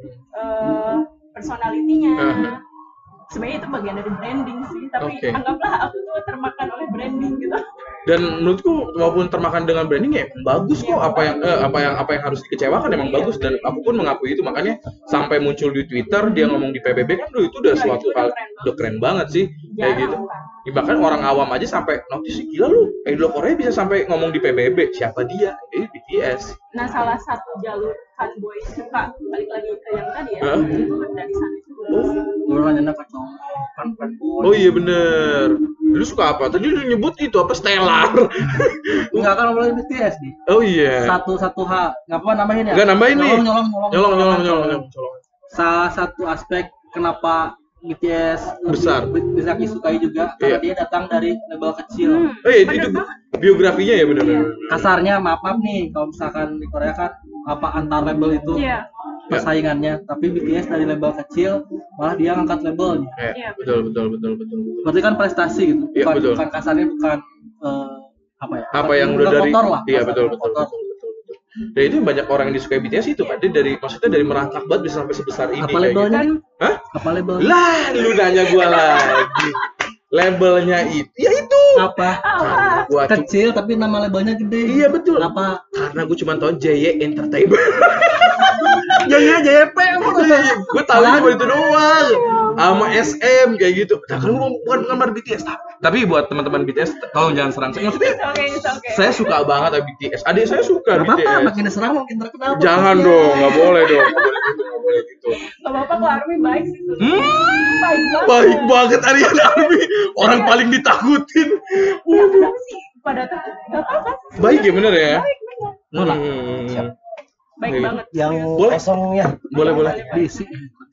B: eh, personalitinya.
A: Uh-huh.
B: Sebenarnya itu bagian dari branding sih. Tapi
A: Oke.
B: anggaplah aku tuh termakan oleh branding gitu.
A: Dan menurutku walaupun termakan dengan branding ya bagus kok apa yang eh, apa yang apa yang harus dikecewakan emang bagus dan aku pun mengakui itu makanya sampai muncul di Twitter dia ngomong di P B B kan duh, itu udah
B: Ya,
A: suatu
B: itu udah
A: hal
B: keren banget.
A: udah keren banget sih kayak
B: Jarang
A: gitu.
B: kan.
A: Ya, bahkan orang awam aja sampai notice gila lu idol Korea bisa sampai ngomong di P B B siapa dia? Eh B T S.
B: Nah, salah satu jalur fanboy suka balik lagi ke yang tadi ya.
A: Hah?
B: Itu dari sana juga.
C: Lu nanya apa cowok? Kan kan.
A: Oh iya bener. Lu suka apa? Tadi lu nyebut itu apa Stellar.
C: Enggak kan mulai B T S nih.
A: Oh iya.
C: Satu satu hal. Ngapa nambahin ya?
A: Enggak nambahin nih.
C: Nyolong nyolong nyolong.
A: Nyolong nyolong nyolong nyolong. nyolong.
C: Salah satu aspek kenapa B T S lebih
A: Besar.
C: bisa disukai juga karena
A: Iya.
C: dia datang dari label kecil.
B: Hmm,
A: Eh
B: bener
A: itu
B: banget.
A: biografinya ya bener-bener.
C: Kasarnya maaf maaf nih kalau misalkan di Korea kan apa antar label itu
B: Iya.
C: persaingannya, tapi B T S dari label kecil malah dia ngangkat labelnya.
A: Eh,
B: Iya.
A: betul betul betul betul betul.
C: Berarti kan prestasi gitu.
A: Iya,
C: Bukan,
A: betul.
C: bukan kasarnya bukan eh, apa ya?
A: Apa
C: bukan-
A: yang udah
C: bukan
A: dari
C: kotor lah.
A: iya
C: kasarnya
A: betul
C: bukan
A: betul
C: kotor.
A: betul betul betul. Dan itu banyak orang yang disukai B T S itu kan dia dari maksudnya dari merangkak banget bisa sampai sebesar ini
C: Apa
A: kayak gitu.
C: labelnya?
B: Dan
A: Hah?
C: Apa labelnya?
A: Lah, lu nanya gua lagi. Labelnya itu ya itu.
C: Apa?
A: Karena gua cu-
C: Kecil tapi nama labelnya gede.
A: Iya betul.
C: Apa?
A: Karena gua cuma tahu J Y Entertainment.
C: Jadinya J P
A: Iya, gue tahu cuma itu doang. Sama S M kayak gitu. Nah, kan gua bukan penggemar B T S. Tapi buat teman-teman B T S tolong jangan serang saya. Maksudnya
B: it's okay, it's okay.
A: saya suka banget sama B T S. Adik saya suka
C: Gak
A: B T S.
C: apa-apa, makin diserang makin terkenal.
A: Jangan
C: podcastnya.
A: dong, nggak boleh dong, nggak boleh gitu, nggak boleh gitu.
B: Gak apa-apa kok Army baik sih. Sus.
A: Hmm,
B: Baik banget.
A: baik banget Ariana Army, orang paling ditakutin.
B: Ya, kenapa sih pada takut? Gak apa-apa.
A: Baik ya bener ya.
B: Baik bener.
C: Nolak.
A: Hmm.
B: Baik
A: Iya.
B: banget.
C: Yang
A: Boleh.
C: kosongnya
A: Boleh boleh.
C: diisi.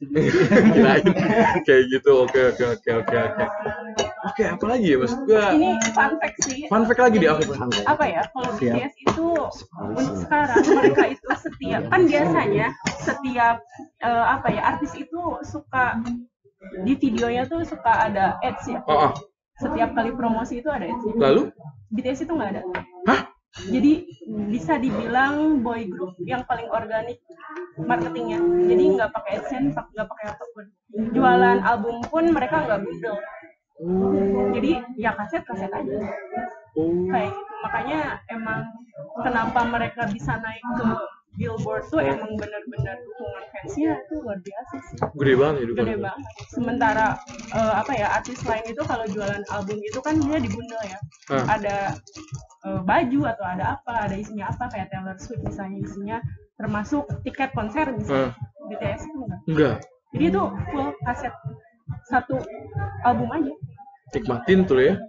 A: Kirain kayak gitu. Oke oke oke oke oke. Oke apa lagi ya maksud gua?
B: Ini fun fact sih.
A: Fun fact lagi di apa?
B: Apa ya, kalau B T
C: Siap.
B: S itu untuk sekarang mereka itu setiap kan biasanya setiap eh, apa ya artis itu suka di videonya tuh suka ada ads ya.
A: Oh, oh.
B: Setiap kali promosi itu ada ads-nya.
A: Lalu?
B: B T S itu nggak ada.
A: Hah?
B: Jadi bisa dibilang boy group yang paling organik marketingnya. Jadi nggak pakai AdSense, nggak pakai apapun. Jualan album pun mereka nggak bundel.
A: Oh.
B: Jadi ya kaset kaset aja.
A: Oh.
B: Kayak gitu. Makanya emang kenapa mereka bisa naik ke Billboard tuh emang benar-benar dukungan fansnya itu luar biasa sih.
A: Gede banget ya dukungan.
B: Gede banget. Sementara uh, apa ya artis lain itu kalau jualan album itu kan dia dibundel ya.
A: Hah.
B: Ada uh, baju atau ada apa, ada isinya apa kayak Taylor Swift misalnya isinya termasuk tiket konser misalnya.
A: Hah.
B: B T S itu enggak.
A: Enggak.
B: Jadi itu full kaset satu album aja.
A: Nikmatin tuh ya.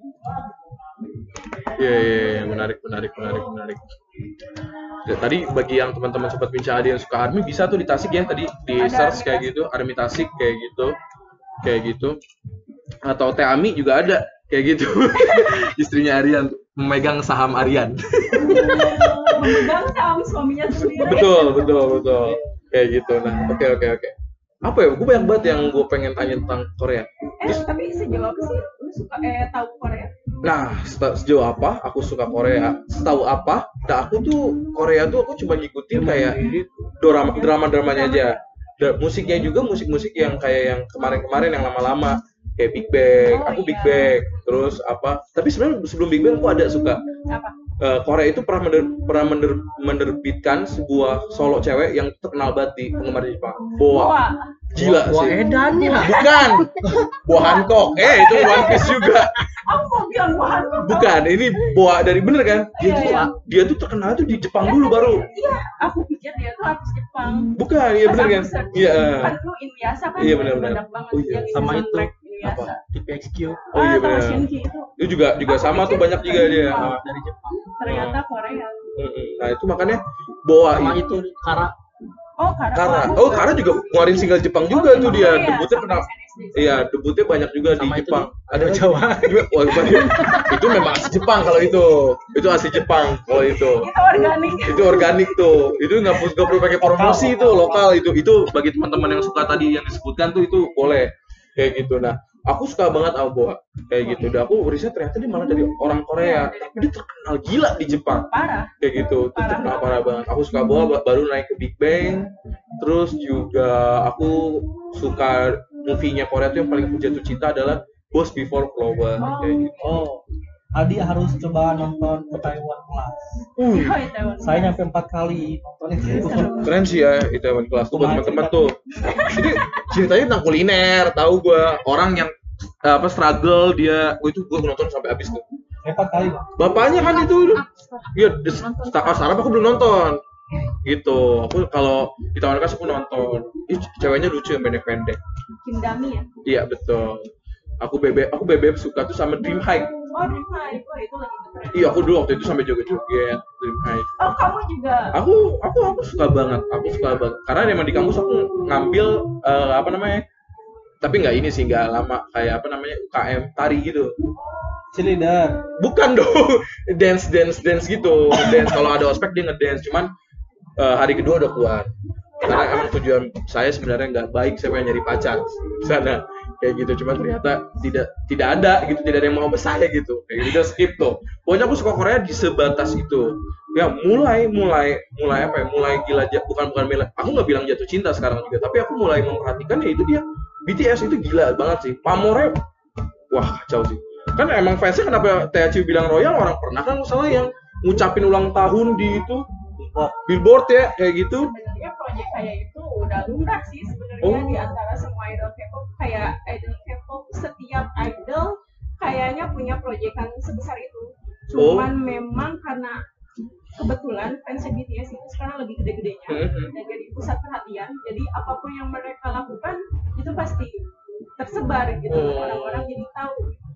A: Iya, yeah, yeah, menarik, menarik, menarik, menarik. Ya, tadi bagi yang teman-teman sobat Pinca Adi yang suka ARMY bisa tuh di Tasik ya, tadi di search kayak gitu, ARMY Tasik kayak gitu, kayak gitu. Atau Teh Ami juga ada kayak gitu. Istrinya Aryan memegang saham Aryan.
B: Memegang saham suaminya sendiri.
A: Betul, betul, betul. Kayak gitu. Nah, oke, okay, oke, okay, oke. Okay. Apa ya? Gue banyak banget yang gue pengen tanya tentang Korea.
B: Eh, tapi sejauh apa sih lu suka eh tahu Korea?
A: Nah, sejauh apa aku suka Korea? Setahu apa? Nah, aku tuh Korea tuh aku cuma ngikutin kayak drama drama-dramanya aja. Da, musiknya juga musik-musik yang kayak yang kemarin-kemarin yang lama-lama kayak Big Bang.
B: Oh,
A: aku
B: iya.
A: Big Bang. Terus apa? Tapi sebenarnya sebelum Big Bang aku ada suka.
B: Apa?
A: Uh, Korea itu pernah mener, pernah mener, menerbitkan sebuah solo cewek yang terkenal banget di penggemar Jepang. Boa.
B: Boa.
A: Gila
C: Boa
A: sih.
C: Edan ya.
A: Bukan. Boa Hancock. Eh, itu One Piece juga.
B: Aku mau bilang Boa.
A: Bukan, ini Boa dari bener kan? Dia
B: Iya,
A: tuh
B: iya.
A: dia tuh terkenal tuh di Jepang dulu baru.
B: Iya, aku pikir dia tuh artis Jepang.
A: Bukan, iya
B: Pas
A: bener
B: aku
A: kan?
B: search,
A: Iya.
B: Kan lu Inuyasha kan
A: Iya, benar-benar.
B: meledak banget.
A: Oh, iya.
B: Dia ngisi
C: Sama itu.
B: soundtrack Inuyasha.
C: T P X Q
A: Oh iya
B: Ah,
A: benar.
B: sama Shinki itu.
A: Itu juga juga
B: Aku
A: sama tuh
B: pikir
A: banyak juga dia.
B: Jepang.
A: Ah.
C: dari Jepang.
B: Ternyata Korea.
A: Mm-mm. Nah, itu makanya Boa
C: Sama
A: itu
C: itu Kara.
B: Oh, Kara.
A: Kara.
B: aku
A: Oh,
B: baru-
A: Kara juga ngeluarin single Jepang
B: Oh,
A: juga
B: iya,
A: tuh dia.
B: Korea,
A: Debutnya
B: sama
A: pernah
B: S N S D.
A: Iya, debutnya banyak juga di
C: Sama itu
A: Jepang.
C: di- ada Jawa.
A: Juga, wah, itu memang asli Jepang kalau itu. Itu asli Jepang kalau itu.
B: Itu organik.
A: Itu organik tuh. Itu nggak perlu nggak perlu pakai promosi itu lokal itu. Itu bagi teman-teman yang suka tadi yang disebutkan tuh itu boleh kayak gitu. Nah, aku suka banget sama Boa kayak gitu. Dan aku riset ternyata dia malah dari orang Korea, tapi dia terkenal gila di Jepang.
B: Parah.
A: Kayak gitu, itu
B: Parah.
A: terkenal parah banget. Aku suka Boa ba- baru naik ke Big Bang. Terus juga aku suka movie-nya Korea tuh yang paling aku jatuh cinta adalah Boss Before Flower kayak gitu.
C: Oh, Adi harus coba nonton ke Taiwan Class.
B: Oh, itu.
C: Saya nyampe empat kali nonton itu.
A: Keren sih ya itu Taiwan Class tuh buat teman-teman tuh. Jadi ceritanya tentang kuliner, tahu gua orang yang eh, apa struggle dia, oh, itu gua nonton sampai habis tuh.
C: Empat kali bang.
A: Bapaknya kan itu, iya, Stakar Sarap aku belum nonton. Gitu, aku kalau di Taiwan Class aku nonton. Ih, ceweknya lucu yang pendek-pendek.
B: Kim Dami ya.
A: Iya betul. Aku bebek, aku bebek suka tuh sama Dream High.
B: Oh, Dream High. Oh, itu lagi keren.
A: Iya, aku dulu waktu itu sampai joget-joget Dream High.
B: Oh, kamu juga.
A: Aku, aku, aku suka banget. Aku suka banget. Karena emang di kampus aku ngambil eh, apa namanya? Tapi nggak ini sih, nggak lama kayak apa namanya U K M tari gitu.
C: Cheerleader.
A: Bukan dong, dance, dance, dance gitu. Dance kalau ada ospek dia ngedance. Cuman eh, hari kedua udah keluar. Karena emang tujuan saya sebenarnya nggak baik, saya pengen nyari pacar di sana kayak gitu. Cuman ternyata tidak tidak ada gitu, tidak ada yang mau sama saya gitu. Kayak gitu, skip tuh. Pokoknya aku suka Korea di sebatas itu. Ya mulai mulai mulai apa ya? Mulai gila ja- bukan bukan mila- aku nggak bilang jatuh cinta sekarang juga, tapi aku mulai memperhatikan ya itu dia B T S itu gila banget sih. Pamornya wah kacau sih. Kan emang fansnya kenapa T H C bilang royal, orang pernah kan salah yang ngucapin ulang tahun di itu billboard ya kayak gitu.
B: Sebenarnya proyek kayak itu udah lumrah sih sebenarnya
A: Oh.
B: di antara semua idol K-pop. Kayak idol K-pop setiap idol kayaknya punya proyekan sebesar itu. Cuman memang karena kebetulan fans B T S itu sekarang lebih gede-gedenya
A: Mhm.
B: dan jadi pusat perhatian. Jadi apapun yang mereka lakukan itu pasti tersebar gitu.
A: Oh.
B: Orang-orang jadi tahu.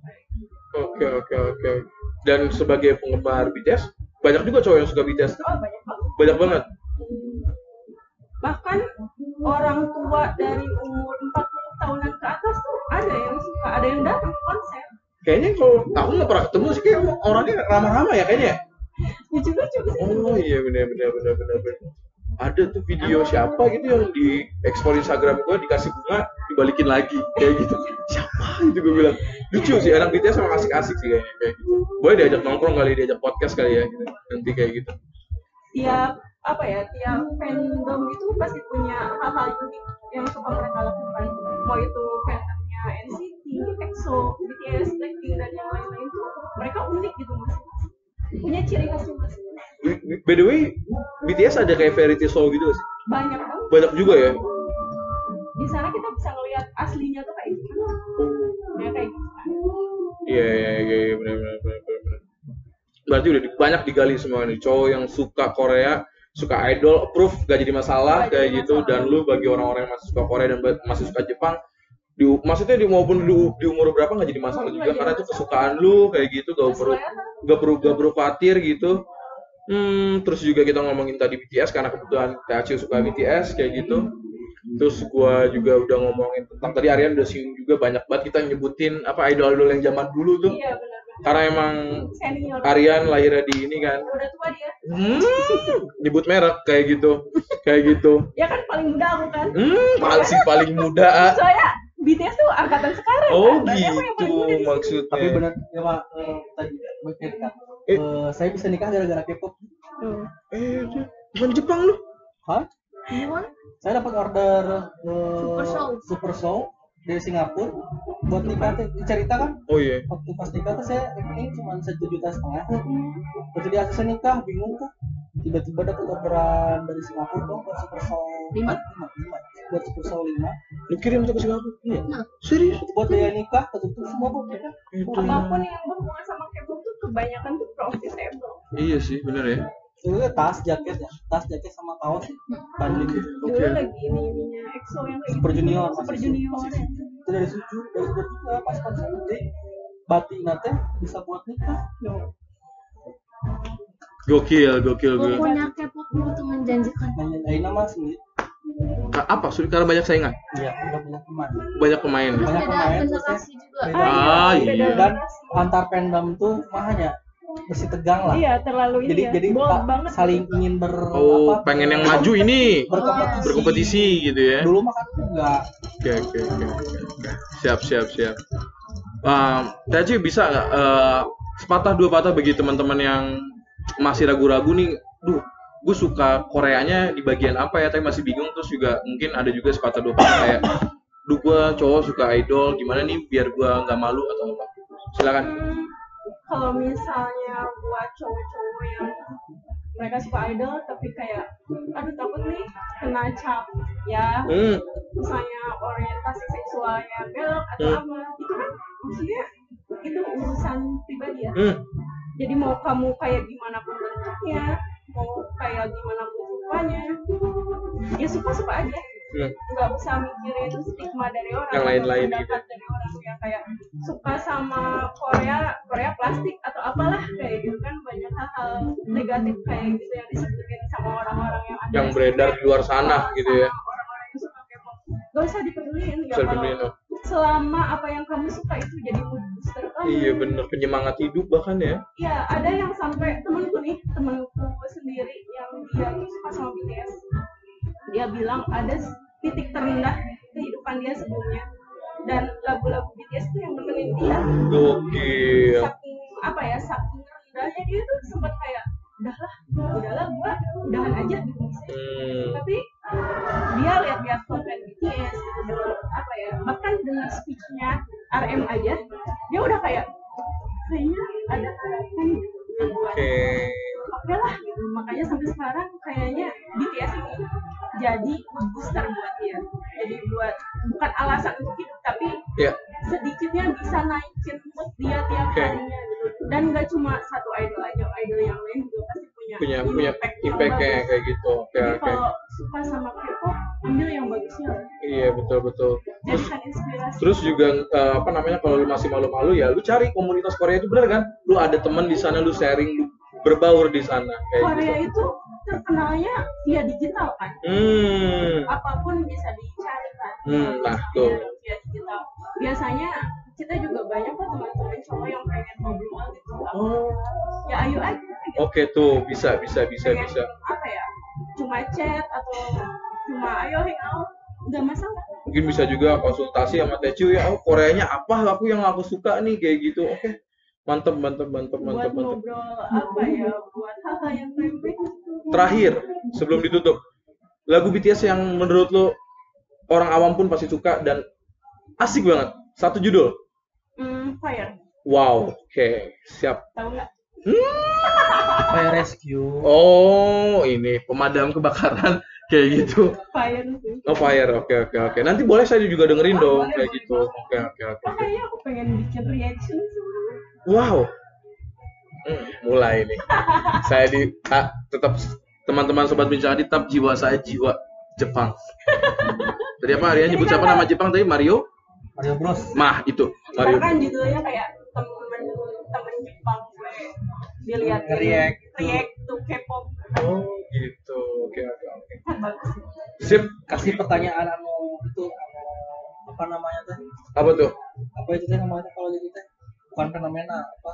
A: Oke oke oke. Dan sebagai penggemar B T S banyak juga cowok yang suka B T S.
B: Oh, banyak banget.
A: Banyak banget.
B: Bahkan orang tua dari umur empat puluh tahunan ke atas tuh ada yang suka, ada yang datang ke konser.
A: Kayaknya kalau aku nggak pernah ketemu sih, kayak orangnya ramah-ramah ya kayaknya.
B: Lucu-lucu sih.
A: Oh iya benar benar benar benar benar. Ada tuh video siapa gitu yang di ekspor Instagram gue dikasih bunga dibalikin lagi kayak gitu. Siapa itu gue bilang. Lucu sih anak B T S emang asik-asik sih kayaknya kayak gitu. Boleh diajak nongkrong kali, diajak podcast kali ya gitu. Nanti kayak gitu.
B: Tiap apa ya, tiap fandom itu pasti punya hal-hal unik yang suka mereka lakukan. Mau itu fandomnya N C T, EXO, B T S, Blackpink dan yang lain-lain tuh mereka unik gitu mas, punya ciri khasnya mas.
A: By the way, B T S ada kayak variety show gitu sih?
B: Banyak banget.
A: Banyak juga ya.
B: Di sana kita bisa ngelihat aslinya tuh kayak gimana. Ya kayak gitu.
A: Iya iya iya iya benar benar benar benar. Berarti udah di- banyak digali semua nih cowok yang suka Korea, suka idol, approve gak jadi masalah
B: Gak jadi
A: kayak gitu.
B: masalah.
A: Dan lu bagi orang-orang yang masih suka Korea dan ba- masih suka Jepang, di, maksudnya di maupun di, di umur berapa nggak jadi masalah
B: Nggak
A: juga
B: jadi
A: karena itu
B: masalah.
A: kesukaan lu kayak gitu, gak
B: Terus
A: perlu
B: selera.
A: gak perlu gak perlu khawatir gitu. Hmm, terus juga kita ngomongin tadi B T S karena kebetulan T H C suka B T S kayak gitu. Terus gua juga udah ngomongin tentang tadi Aryan udah singgung juga banyak banget kita nyebutin apa idol-idol yang zaman dulu tuh.
B: Iya benar-benar.
A: Karena emang
B: Senior.
A: Aryan lahirnya di ini kan.
B: Udah tua dia.
A: Hmm, nyebut merek kayak gitu. Kayak gitu.
B: Ya kan paling muda aku kan.
A: Hmm, paling si paling muda. ah.
B: Soalnya B T S tuh angkatan sekarang
A: Oh
B: kan. Berarti aku yang
A: gitu
B: paling muda di sini.
A: maksudnya.
C: Tapi benar ya Pak, eh, tadi buat cerita.
A: Eh.
C: Eh, saya bisa nikah gara-gara K-pop.
B: Tuh.
A: Eh, bukan Jepang lu.
C: Hah?
D: Gimana?
C: Saya dapat order eh,
D: Super Show.
C: Super Show dari Singapura buat nikah tuh cerita kan.
A: Oh iya.
C: Waktu pas nikah tuh saya rekening cuma satu juta setengah. Waktu di akses nikah bingung tuh. Tiba-tiba dapat orderan dari Singapura dong buat Super Show
D: Lima.
C: lima, lima. Buat Super Show lima.
A: Lu kirim tuh ke Singapura.
C: Iya.
A: Serius?
C: Buat biaya nikah ketutup semua buat nikah.
B: Apapun yang berhubungan sama K-pop tuh kebanyakan tuh profitable.
A: Iya sih, bener ya.
C: Itu tas, jaket ya, tas, jaket sama kaos sih. Banding gitu.
B: Dulu
A: Oke.
B: lagi ini ininya EXO yang kayak
C: Super
B: gitu.
C: Junior,
B: Super
C: masih
B: Junior.
C: masih Suju. Itu dari Suju, dari Suju juga pas konser gede. Batik nate bisa buat nikah.
A: Gokil, gokil, gokil.
D: Pokoknya K-pop itu menjanjikan.
C: Nanya Aina mah sulit.
A: Ka- Apa? Sulit karena banyak saingan,
C: Iya, udah banyak teman.
A: banyak pemain.
D: Terus
C: Banyak
D: beda
C: pemain,
D: generasi juga.
C: Beda.
A: Ah,
B: beda
A: iya.
C: Dan
B: generasi.
C: antar fandom tuh makanya mesti tegang lah.
B: Iya terlalu ini
C: Jadi
B: ya.
C: jadi
B: bold
C: tak
B: banget.
C: saling ingin ber
A: Oh,
C: apa,
A: pengen yang maju ini
C: berkompetisi.
A: berkompetisi gitu ya.
C: Dulu mah kan enggak.
A: Oke, oke, oke, oke, oke. Siap, siap, siap. Um, T H C bisa nggak eh, sepatah dua patah bagi teman-teman yang masih ragu-ragu nih, duh, gue suka Koreanya di bagian apa ya, tapi masih bingung. Terus juga mungkin ada juga sepatah dua patah kayak, duh, gue cowok suka idol, gimana nih biar gue nggak malu atau apa? Silakan.
B: Hmm, kalau misalnya buat cowok-cowok yang mereka suka idol tapi kayak aduh takut nih kena cap ya,
A: Hmm,
B: misalnya orientasi seksualnya belok atau
A: Hmm.
B: apa, itu kan maksudnya itu urusan pribadi ya.
A: hmm,
B: Jadi mau kamu kayak gimana pun bentuknya, mau kayak gimana pun rupanya, ya suka-suka aja.
A: hmm.
B: Nggak bisa mikirin stigma dari orang,
A: Yang lain-lain
B: atau pendapat dari orang yang kayak suka sama Korea, Korea plastik atau apalah kayak gitu kan, banyak hal-hal negatif kayak gitu yang disebutin sama orang-orang yang ada
A: Yang beredar di luar sana gitu ya.
B: sama orang-orang yang suka K-pop. Gak usah dipeduliin ya,
A: Bisa
B: kalau
A: dipeduliin, oh.
B: selama apa yang kamu suka itu jadi mood booster kamu.
A: Iya bener, penyemangat hidup bahkan ya.
B: Iya, ada yang sampai temenku nih, temenku sendiri yang dia tuh suka sama B T S. Dia bilang ada titik terendah kehidupan dia sebelumnya. Dan lagu-lagu B T S tuh yang nemenin dia.
A: Gokil.
B: Saking apa ya, saking rendahnya dia tuh sempat kayak udahlah, udahlah gua udahan aja gitu.
A: Hmm.
B: Tapi dia lihat-lihat konten B T S gitu, dengan apa ya, bahkan dengan speech-nya R M aja, dia udah kayak kayaknya ada harapan gitu yang buat
A: Oke.
B: oke lah gitu. Makanya sampai sekarang kayaknya B T S ini jadi mood booster buat dia, jadi buat bukan alasan untuk hidup tapi
A: Ya.
B: sedikitnya bisa naikin mood dia tiap
A: Oke.
B: harinya gitu. Dan gak cuma satu idol aja, idol yang lain juga pasti punya
A: Punya punya
B: impact yang
A: impact-nya
B: bagus.
A: kayak gitu. Oke,
B: Jadi
A: oke.
B: kalau suka sama K-pop, ambil yang bagusnya.
A: Iya betul betul. Terus
B: Jadikan inspirasi.
A: terus juga eh, apa namanya kalau lu masih malu-malu ya lu cari komunitas Korea itu bener kan? Lu ada teman di sana, lu sharing, lu berbaur di sana kayak
B: Korea
A: gitu.
B: itu terkenalnya via digital kan.
A: Hmm.
B: Apapun bisa dicari kan.
A: Hmm, nah,
B: Via-
A: tuh.
B: Via digital. Biasanya kita juga banyak kok teman-teman cowok yang pengen ngobrol gitu.
A: Oh.
B: Ya ayo aja. Gitu.
A: Oke tuh bisa bisa bisa
B: Pengen
A: bisa.
B: apa ya? Cuma chat atau cuma ayo hangout, nggak masalah.
A: Mungkin bisa juga konsultasi sama Tecu ya. Oh Koreanya apa aku yang aku suka nih kayak gitu. Oke. Mantep mantep mantep
B: Buat
A: mantep mantep.
B: ngobrol apa ya? Buat hal-hal yang remeh.
A: Terakhir sebelum ditutup, lagu B T S yang menurut lo orang awam pun pasti suka dan asik banget. Satu judul.
B: fire.
A: Wow, oke, siap.
B: Tahu nggak?
C: Fire rescue.
A: Oh, ini pemadam kebakaran kayak gitu.
B: Fire sih.
A: Oh, fire. Oke, oke, oke. Nanti boleh saya juga dengerin
B: Oh,
A: dong
B: boleh,
A: kayak
B: boleh.
A: gitu. Oke, oke, oke.
B: Makanya aku pengen bikin reaction sebenarnya.
A: Wow. Hmm, mulai nih. Saya di ah, tetap teman-teman sobat bincang tetap jiwa saya jiwa Jepang. Tadi apa Arya nyebut siapa nama Jepang tadi? Mario?
C: Mario Bros.
A: Mah itu.
B: Karena
A: Mario.
B: kan judulnya kayak temen temen Jepang gue dilihat
C: React.
B: react to K-pop
A: Oh, gitu. Oke, oke, oke.
B: kan bagus.
A: Sip.
C: Kasih pertanyaan anu itu anu, apa namanya teh?
A: Apa tuh?
C: Apa itu teh namanya kalau gitu teh? Bukan fenomena apa?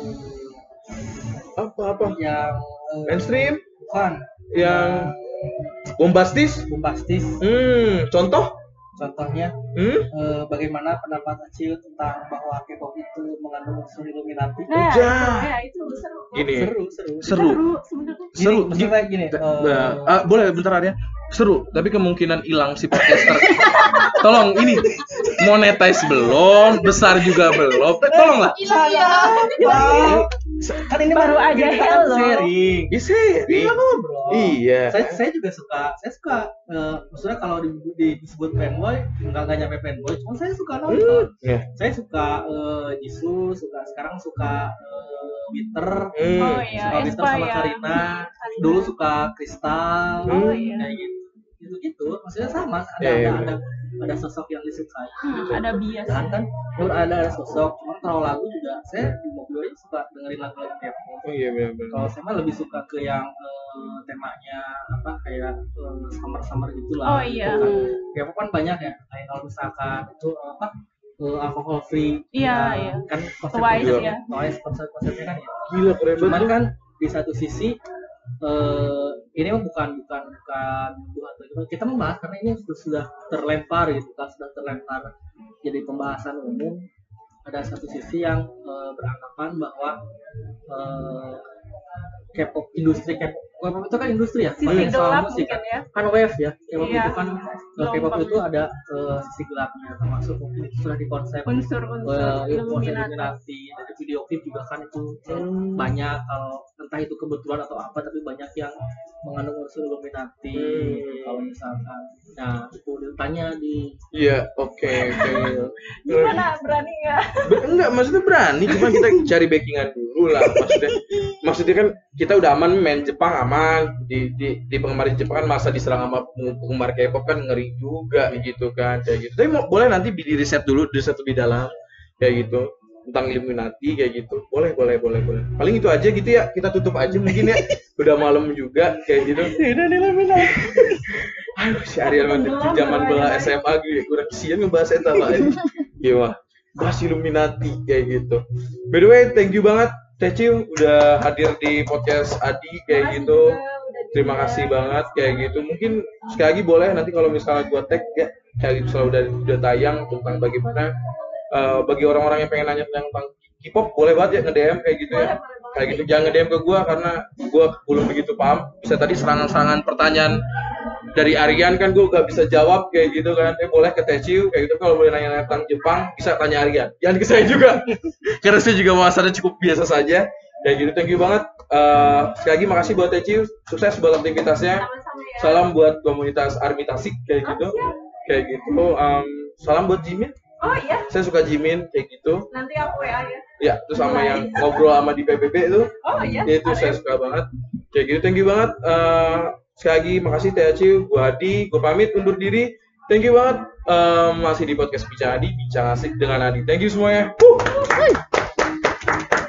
A: Apa apa?
C: Yang eh,
A: Mainstream?
C: bukan
A: Yang bombastis?
C: bombastis.
A: Hmm, contoh?
C: Contohnya
A: Hmm?
C: eh, bagaimana pendapat Acil tentang bahwa K-pop itu mengandung unsur Illuminati?
B: Nah,
A: Udah.
B: itu, ya, itu seru.
A: Gini.
C: Seru, seru.
A: Seru.
B: sebenarnya.
C: Gini,
A: Seru.
C: maksudnya gini. eh,
A: Nah, ah, boleh bentar ya. Seru, tapi kemungkinan hilang si podcaster. Tolong ini monetize belum, besar juga belum. Tolonglah.
D: Iya.
C: kan ini
B: Baru
C: mah
B: aja
C: kita kan
B: hello.
C: sharing.
A: Bisa.
C: Iya, bro.
A: Iya.
C: Saya saya juga suka. Saya suka eh, maksudnya kalau di, di- disebut fanboy enggak enggak nyampe fanboy, cuma saya suka nonton.
A: Ya.
C: Saya suka eh, Jisoo, suka sekarang suka eh, Winter,
A: Hmm.
B: Oh iya,
C: suka Winter
B: Espa
C: sama
B: ya.
C: Karina.
B: Karina.
C: Dulu suka Kristal,
B: Oh iya.
C: kayak gitu. Gitu-gitu. Maksudnya sama, ada
A: Iya, iya,
C: ada,
A: benar.
C: ada ada sosok yang disukai.
B: Hmm, ada bias.
C: Dan kan menurut ada ada sosok, cuma kalau lagu juga saya di mobil aja suka dengerin lagu-lagu K-pop.
A: Oh iya benar-benar.
C: Kalau saya mah lebih suka ke yang eh, temanya apa kayak eh, summer-summer gitulah.
B: Oh iya.
C: Gitu kan. K-pop kan banyak ya. Kayak kalau misalkan itu eh, apa eh, alcohol free.
B: Iya,
C: ya,
B: iya.
C: Kan konsep
B: Twice
A: juga.
B: ya.
C: Twice konsep-konsepnya kan ya.
A: Gila keren
C: Cuman
A: banget.
C: kan di satu sisi eh ini mah bukan bukan bukan bukan atau kita membahas karena ini sudah, sudah terlempar gitu kan sudah terlempar jadi pembahasan umum. Ada satu sisi yang eh, beranggapan bahwa eh, K-pop industri K-pop K-pop itu kan industri ya,
B: Sisi
C: bukan soal
B: gelap
C: musik
B: mungkin
C: kan.
B: ya.
C: Kan wave ya, K-pop
B: Iya.
C: itu kan eh, K-pop
B: Gelombang.
C: itu ada eh, sisi gelapnya termasuk mungkin itu sudah dikonsep
B: Unsur-unsur
C: eh, konsep
B: Illuminati.
C: Illuminati dari video klip juga kan itu eh,
A: Hmm.
C: banyak kalau entah itu kebetulan atau apa tapi banyak yang mengandung unsur Illuminati
A: Hmm.
C: kalau misalkan nah itu ditanya di
A: Iya, oke, oke.
B: Gimana, berani nggak?
A: Be- enggak, maksudnya berani, cuma kita cari backingan dulu lah. Maksudnya, maksudnya kan kita udah aman main Jepang aman. Di di, di penggemar Jepang kan masa diserang sama penggemar K-pop kan ngeri juga gitu kan kayak gitu. Tapi mau, boleh nanti di riset dulu, di riset lebih dalam kayak gitu tentang Illuminati kayak gitu. Boleh, boleh, boleh, boleh. Paling itu aja gitu ya. Kita tutup aja mungkin ya. Udah malam juga kayak gitu.
C: udah Illuminati
A: Aduh, si Ariel mah di zaman bela S M A gue kurang kesian ngebahas eta Pak. Gimana? Bahas Illuminati kayak gitu. By the way, thank you banget Cecil udah hadir di podcast Adi kayak gitu. Terima kasih banget kayak gitu. Mungkin sekali lagi boleh nanti kalau misalnya gua tag ya kayak gitu selalu udah udah tayang tentang bagaimana eh, bagi orang-orang yang pengen nanya tentang K-pop boleh banget ya nge-D M kayak gitu ya. Kayak gitu jangan nge-D M ke gua karena gua belum begitu paham. Bisa tadi serangan-serangan pertanyaan dari Aryan kan gue gak bisa jawab kayak gitu kan. Eh boleh ke Teciu kayak gitu kalau boleh nanya tentang Jepang bisa tanya Aryan. Jangan ke saya juga. Karena saya juga wawasannya cukup biasa saja. Kayak gitu. Thank you banget. Eh, sekali lagi makasih buat Teciu. Sukses buat aktivitasnya.
B: Sama-sama ya.
A: Salam buat komunitas Army Tasik kayak gitu. Kayak gitu. Em, salam buat Jimin.
B: Oh iya,
A: Saya suka Jimin kayak gitu.
B: nanti aku W A ya.
A: Ya, terus sama yang ngobrol sama di P B B itu.
B: Oh iya.
A: Ya, itu
B: ada
A: saya
B: ya?
A: suka banget. Kayak gitu, thank you banget. Eh, sekali lagi makasih T H C, gue Adi, gue pamit undur diri. Thank you banget. Eh, masih di podcast Bincang Adi, Bincang Asik dengan Adi. Thank you semuanya. Wuh.